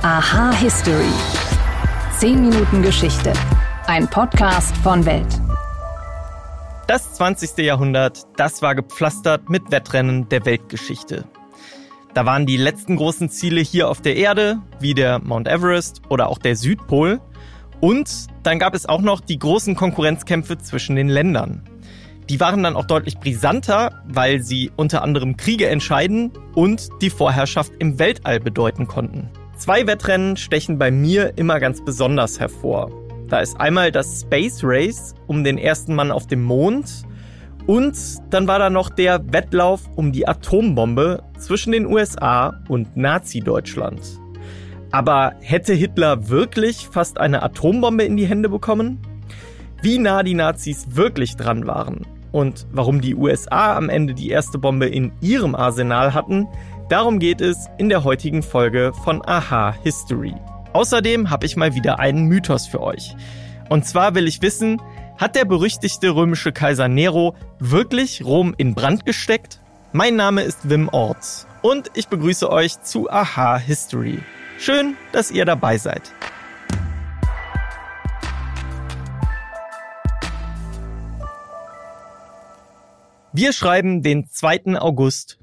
Aha History. 10 Minuten Geschichte. Ein Podcast von Welt. Das 20. Jahrhundert, das war gepflastert mit Wettrennen der Weltgeschichte. Da waren die letzten großen Ziele hier auf der Erde, wie der Mount Everest oder auch der Südpol. Und dann gab es auch noch die großen Konkurrenzkämpfe zwischen den Ländern. Die waren dann auch deutlich brisanter, weil sie unter anderem Kriege entscheiden und die Vorherrschaft im Weltall bedeuten konnten. 2 Wettrennen stechen bei mir immer ganz besonders hervor. Da ist einmal das Space Race um den ersten Mann auf dem Mond und dann war da noch der Wettlauf um die Atombombe zwischen den USA und Nazi-Deutschland. Aber hätte Hitler wirklich fast eine Atombombe in die Hände bekommen? Wie nah die Nazis wirklich dran waren und warum die USA am Ende die erste Bombe in ihrem Arsenal hatten, darum geht es in der heutigen Folge von Aha History. Außerdem habe ich mal wieder einen Mythos für euch. Und zwar will ich wissen, hat der berüchtigte römische Kaiser Nero wirklich Rom in Brand gesteckt? Mein Name ist Wim Orts und ich begrüße euch zu Aha History. Schön, dass ihr dabei seid. Wir schreiben den 2. August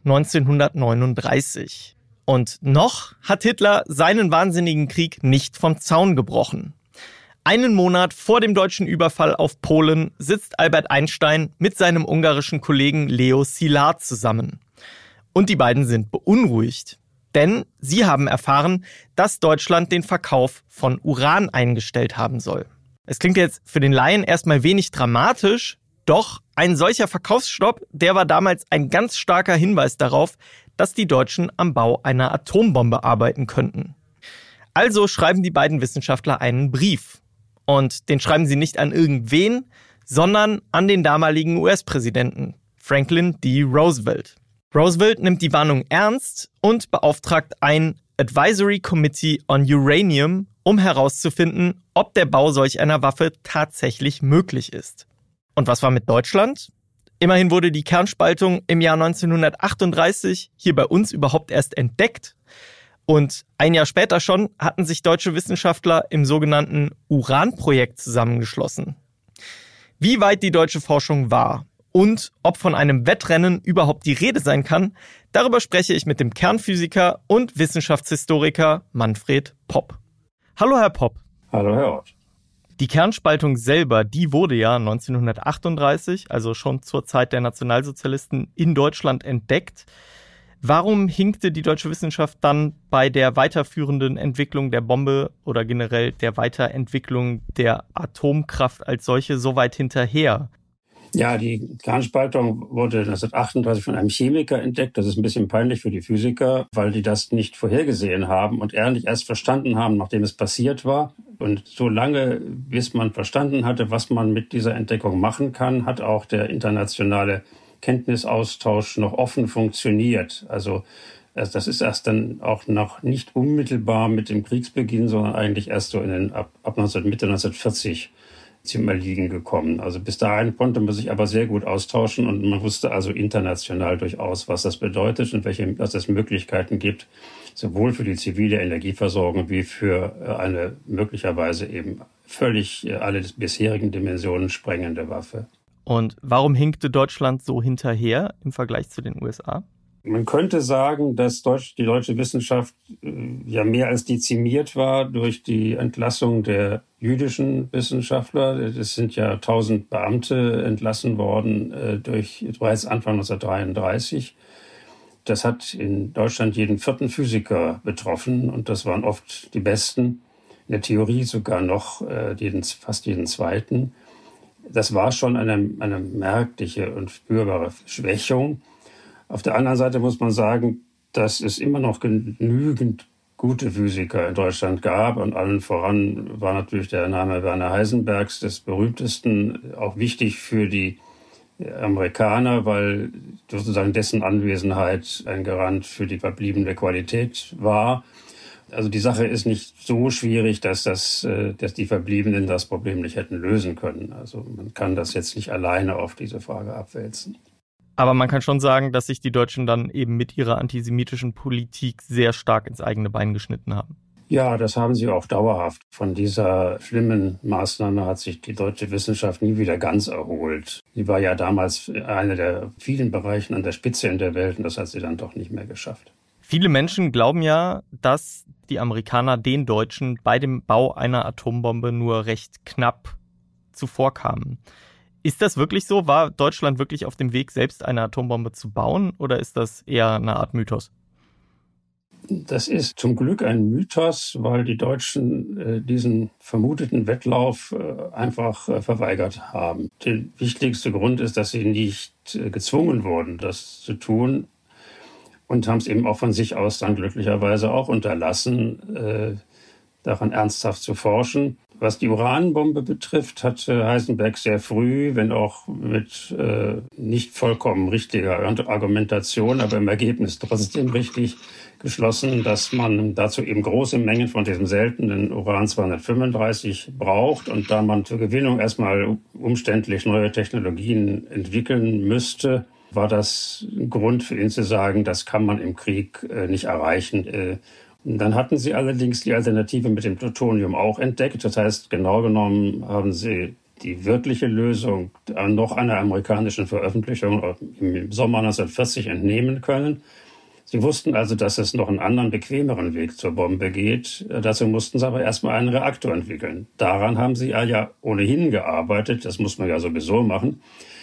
1939. Und noch hat Hitler seinen wahnsinnigen Krieg nicht vom Zaun gebrochen. Einen Monat vor dem deutschen Überfall auf Polen sitzt Albert Einstein mit seinem ungarischen Kollegen Leo Szilard zusammen. Und die beiden sind beunruhigt. Denn sie haben erfahren, dass Deutschland den Verkauf von Uran eingestellt haben soll. Es klingt jetzt für den Laien erstmal wenig dramatisch, doch ein solcher Verkaufsstopp, der war damals ein ganz starker Hinweis darauf, dass die Deutschen am Bau einer Atombombe arbeiten könnten. Also schreiben die beiden Wissenschaftler einen Brief. Und den schreiben sie nicht an irgendwen, sondern an den damaligen US-Präsidenten, Franklin D. Roosevelt. Roosevelt nimmt die Warnung ernst und beauftragt ein Advisory Committee on Uranium, um herauszufinden, ob der Bau solch einer Waffe tatsächlich möglich ist. Und was war mit Deutschland? Immerhin wurde die Kernspaltung im Jahr 1938 hier bei uns überhaupt erst entdeckt. Und ein Jahr später schon hatten sich deutsche Wissenschaftler im sogenannten Uran-Projekt zusammengeschlossen. Wie weit die deutsche Forschung war und ob von einem Wettrennen überhaupt die Rede sein kann, darüber spreche ich mit dem Kernphysiker und Wissenschaftshistoriker Manfred Popp. Hallo Herr Popp. Hallo Herr Ort. Die Kernspaltung selber, die wurde ja 1938, also schon zur Zeit der Nationalsozialisten, in Deutschland entdeckt. Warum hinkte die deutsche Wissenschaft dann bei der weiterführenden Entwicklung der Bombe oder generell der Weiterentwicklung der Atomkraft als solche so weit hinterher? Ja, die Kernspaltung wurde 1938 von einem Chemiker entdeckt. Das ist ein bisschen peinlich für die Physiker, weil die das nicht vorhergesehen haben und ehrlich erst verstanden haben, nachdem es passiert war. Und so lange, bis man verstanden hatte, was man mit dieser Entdeckung machen kann, hat auch der internationale Kenntnisaustausch noch offen funktioniert. Also das ist erst dann auch noch nicht unmittelbar mit dem Kriegsbeginn, sondern eigentlich erst so ab Mitte 1940 zum Erliegen gekommen. Also bis dahin konnte man sich aber sehr gut austauschen und man wusste also international durchaus, was das bedeutet und was es Möglichkeiten gibt, sowohl für die zivile Energieversorgung wie für eine möglicherweise eben völlig alle bisherigen Dimensionen sprengende Waffe. Und warum hinkte Deutschland so hinterher im Vergleich zu den USA? Man könnte sagen, dass die deutsche Wissenschaft ja mehr als dezimiert war durch die Entlassung der jüdischen Wissenschaftler. Es sind ja 1000 Beamte entlassen worden bereits Anfang 1933. Das hat in Deutschland jeden 4. Physiker betroffen und das waren oft die Besten, in der Theorie sogar noch fast jeden 2. Das war schon eine merkliche und spürbare Schwächung. Auf der anderen Seite muss man sagen, dass es immer noch genügend gute Physiker in Deutschland gab. Und allen voran war natürlich der Name Werner Heisenbergs des berühmtesten, auch wichtig für die Amerikaner, weil sozusagen dessen Anwesenheit ein Garant für die verbliebene Qualität war. Also die Sache ist nicht so schwierig, dass die Verbliebenen das Problem nicht hätten lösen können. Also man kann das jetzt nicht alleine auf diese Frage abwälzen. Aber man kann schon sagen, dass sich die Deutschen dann eben mit ihrer antisemitischen Politik sehr stark ins eigene Bein geschnitten haben. Ja, das haben sie auch dauerhaft. Von dieser schlimmen Maßnahme hat sich die deutsche Wissenschaft nie wieder ganz erholt. Sie war ja damals eine der vielen Bereichen an der Spitze in der Welt und das hat sie dann doch nicht mehr geschafft. Viele Menschen glauben ja, dass die Amerikaner den Deutschen bei dem Bau einer Atombombe nur recht knapp zuvorkamen. Ist das wirklich so? War Deutschland wirklich auf dem Weg, selbst eine Atombombe zu bauen oder ist das eher eine Art Mythos? Das ist zum Glück ein Mythos, weil die Deutschen diesen vermuteten Wettlauf einfach verweigert haben. Der wichtigste Grund ist, dass sie nicht gezwungen wurden, das zu tun und haben es eben auch von sich aus dann glücklicherweise auch unterlassen, daran ernsthaft zu forschen. Was die Uranbombe betrifft, hat Heisenberg sehr früh, wenn auch mit nicht vollkommen richtiger Argumentation, aber im Ergebnis trotzdem richtig, geschlossen, dass man dazu eben große Mengen von diesem seltenen Uran-235 braucht. Und da man zur Gewinnung erstmal umständlich neue Technologien entwickeln müsste, war das ein Grund für ihn zu sagen, das kann man im Krieg nicht erreichen. Dann hatten sie allerdings die Alternative mit dem Plutonium auch entdeckt. Das heißt, genau genommen haben sie die wirkliche Lösung noch einer amerikanischen Veröffentlichung im Sommer 1940 entnehmen können. Sie wussten also, dass es noch einen anderen, bequemeren Weg zur Bombe geht. Dazu mussten sie aber erstmal einen Reaktor entwickeln. Daran haben sie ja ohnehin gearbeitet. Das muss man ja sowieso machen.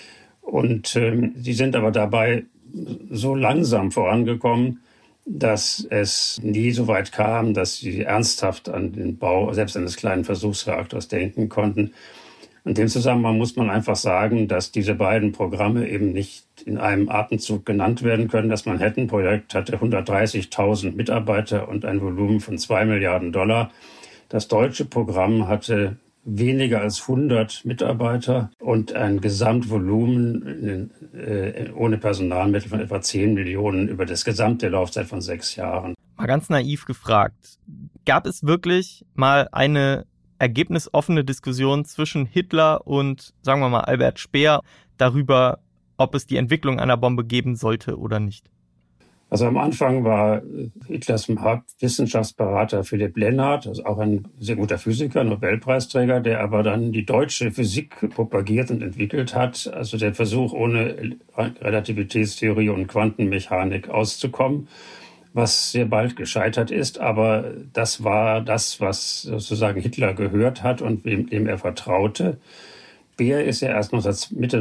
Und sie sind aber dabei so langsam vorangekommen, dass es nie so weit kam, dass sie ernsthaft an den Bau selbst eines kleinen Versuchsreaktors denken konnten. In dem Zusammenhang muss man einfach sagen, dass diese beiden Programme eben nicht in einem Atemzug genannt werden können. Das Manhattan-Projekt hatte 130.000 Mitarbeiter und ein Volumen von $2 Milliarden. Das deutsche Programm hatte weniger als 100 Mitarbeiter und ein Gesamtvolumen ohne Personalmittel von etwa 10 Millionen über das gesamte Laufzeit von 6 Jahren. Mal ganz naiv gefragt, gab es wirklich mal eine ergebnisoffene Diskussion zwischen Hitler und, sagen wir mal, Albert Speer darüber, ob es die Entwicklung einer Bombe geben sollte oder nicht? Also am Anfang war Hitlers Hauptwissenschaftsberater Philipp Lenard, also auch ein sehr guter Physiker, Nobelpreisträger, der aber dann die deutsche Physik propagiert und entwickelt hat. Also der Versuch, ohne Relativitätstheorie und Quantenmechanik auszukommen, was sehr bald gescheitert ist. Aber das war das, was sozusagen Hitler gehört hat und dem er vertraute. Speer ist ja erst Mitte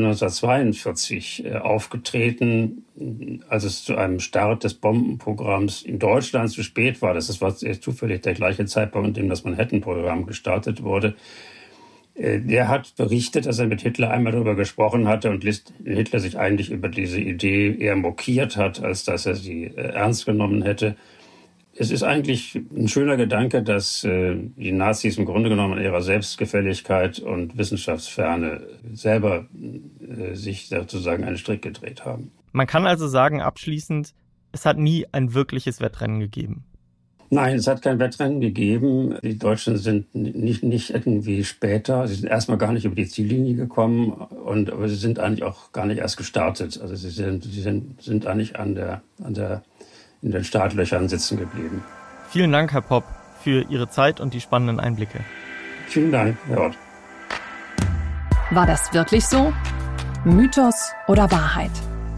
1942 aufgetreten, als es zu einem Start des Bombenprogramms in Deutschland zu spät war. Das war zufällig der gleiche Zeitpunkt, in dem das Manhattan-Programm gestartet wurde. Der hat berichtet, dass er mit Hitler einmal darüber gesprochen hatte und Hitler sich eigentlich über diese Idee eher mokiert hat, als dass er sie ernst genommen hätte. Es ist eigentlich ein schöner Gedanke, dass die Nazis im Grunde genommen in ihrer Selbstgefälligkeit und Wissenschaftsferne selber sich sozusagen einen Strick gedreht haben. Man kann also sagen, abschließend, es hat nie ein wirkliches Wettrennen gegeben. Nein, es hat kein Wettrennen gegeben. Die Deutschen sind nicht irgendwie später. Sie sind erstmal gar nicht über die Ziellinie gekommen, aber sie sind eigentlich auch gar nicht erst gestartet. Also sie sind eigentlich in den Startlöchern sitzen geblieben. Vielen Dank, Herr Popp, für Ihre Zeit und die spannenden Einblicke. Vielen Dank, Herr Ott. War das wirklich so? Mythos oder Wahrheit?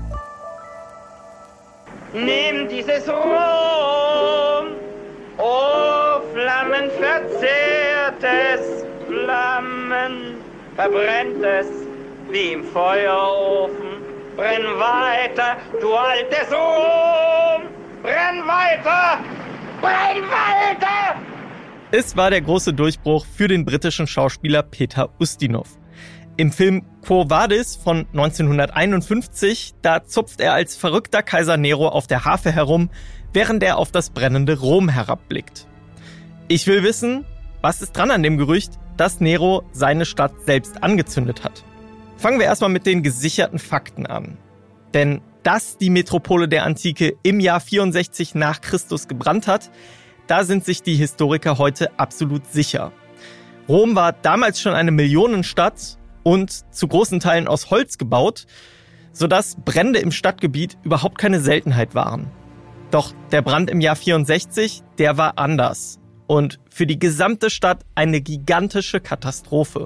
Nimm dieses Rum, oh flammenverzerrtes Flammen, verbrennt es wie im Feuerofen. Brenn weiter, du altes Rum, brenn weiter, brenn weiter! Es war der große Durchbruch für den britischen Schauspieler Peter Ustinov. Im Film Quo Vadis von 1951, da zupft er als verrückter Kaiser Nero auf der Harfe herum, während er auf das brennende Rom herabblickt. Ich will wissen, was ist dran an dem Gerücht, dass Nero seine Stadt selbst angezündet hat? Fangen wir erstmal mit den gesicherten Fakten an. Denn dass die Metropole der Antike im Jahr 64 nach Christus gebrannt hat, da sind sich die Historiker heute absolut sicher. Rom war damals schon eine Millionenstadt und zu großen Teilen aus Holz gebaut, sodass Brände im Stadtgebiet überhaupt keine Seltenheit waren. Doch der Brand im Jahr 64, der war anders. und für die gesamte Stadt eine gigantische Katastrophe.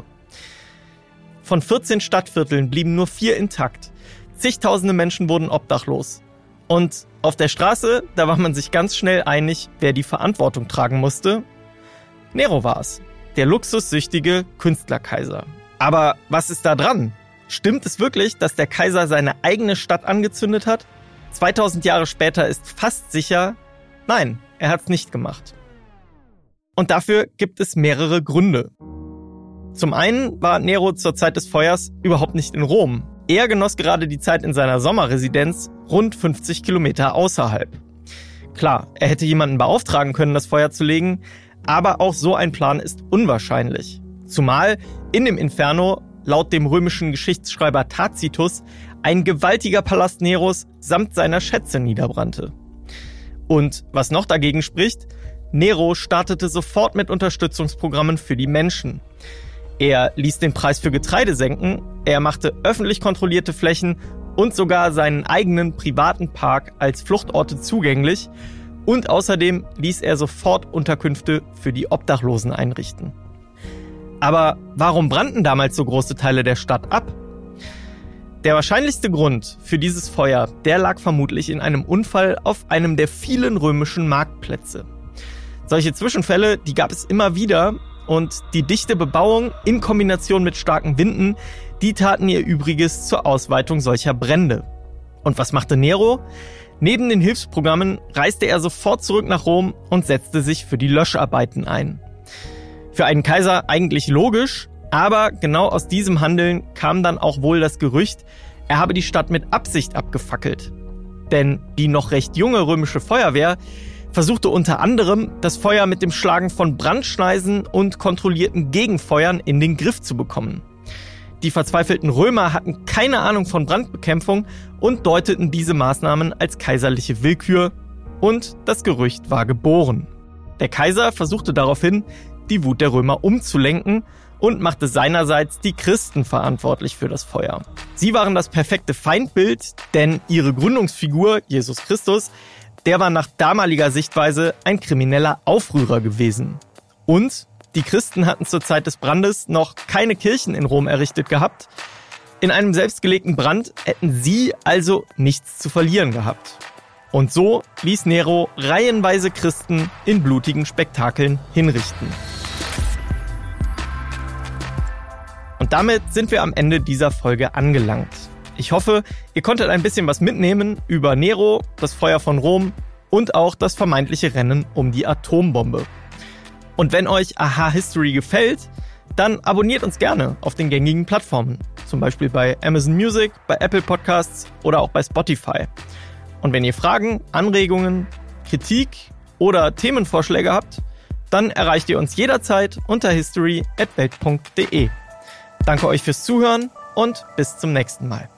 Von 14 Stadtvierteln blieben nur 4 intakt. Zigtausende Menschen wurden obdachlos. Und auf der Straße, da war man sich ganz schnell einig, wer die Verantwortung tragen musste. Nero war es, der luxussüchtige Künstlerkaiser. Aber was ist da dran? Stimmt es wirklich, dass der Kaiser seine eigene Stadt angezündet hat? 2000 Jahre später ist fast sicher, nein, er hat's nicht gemacht. Und dafür gibt es mehrere Gründe. Zum einen war Nero zur Zeit des Feuers überhaupt nicht in Rom. Er genoss gerade die Zeit in seiner Sommerresidenz rund 50 Kilometer außerhalb. Klar, er hätte jemanden beauftragen können, das Feuer zu legen, aber auch so ein Plan ist unwahrscheinlich. Zumal in dem Inferno, laut dem römischen Geschichtsschreiber Tacitus, ein gewaltiger Palast Neros samt seiner Schätze niederbrannte. Und was noch dagegen spricht, Nero startete sofort mit Unterstützungsprogrammen für die Menschen. Er ließ den Preis für Getreide senken, er machte öffentlich kontrollierte Flächen und sogar seinen eigenen privaten Park als Fluchtorte zugänglich und außerdem ließ er sofort Unterkünfte für die Obdachlosen einrichten. Aber warum brannten damals so große Teile der Stadt ab? Der wahrscheinlichste Grund für dieses Feuer, der lag vermutlich in einem Unfall auf einem der vielen römischen Marktplätze. Solche Zwischenfälle, die gab es immer wieder und die dichte Bebauung in Kombination mit starken Winden, die taten ihr Übriges zur Ausweitung solcher Brände. Und was machte Nero? Neben den Hilfsprogrammen reiste er sofort zurück nach Rom und setzte sich für die Löscharbeiten ein. Für einen Kaiser eigentlich logisch, aber genau aus diesem Handeln kam dann auch wohl das Gerücht, er habe die Stadt mit Absicht abgefackelt. Denn die noch recht junge römische Feuerwehr versuchte unter anderem, das Feuer mit dem Schlagen von Brandschneisen und kontrollierten Gegenfeuern in den Griff zu bekommen. Die verzweifelten Römer hatten keine Ahnung von Brandbekämpfung und deuteten diese Maßnahmen als kaiserliche Willkür und das Gerücht war geboren. Der Kaiser versuchte daraufhin, die Wut der Römer umzulenken und machte seinerseits die Christen verantwortlich für das Feuer. Sie waren das perfekte Feindbild, denn ihre Gründungsfigur, Jesus Christus, der war nach damaliger Sichtweise ein krimineller Aufrührer gewesen. Und die Christen hatten zur Zeit des Brandes noch keine Kirchen in Rom errichtet gehabt. In einem selbstgelegten Brand hätten sie also nichts zu verlieren gehabt. Und so ließ Nero reihenweise Christen in blutigen Spektakeln hinrichten. Und damit sind wir am Ende dieser Folge angelangt. Ich hoffe, ihr konntet ein bisschen was mitnehmen über Nero, das Feuer von Rom und auch das vermeintliche Rennen um die Atombombe. Und wenn euch Aha History gefällt, dann abonniert uns gerne auf den gängigen Plattformen. Zum Beispiel bei Amazon Music, bei Apple Podcasts oder auch bei Spotify. Und wenn ihr Fragen, Anregungen, Kritik oder Themenvorschläge habt, dann erreicht ihr uns jederzeit unter history@welt.de. Danke euch fürs Zuhören und bis zum nächsten Mal.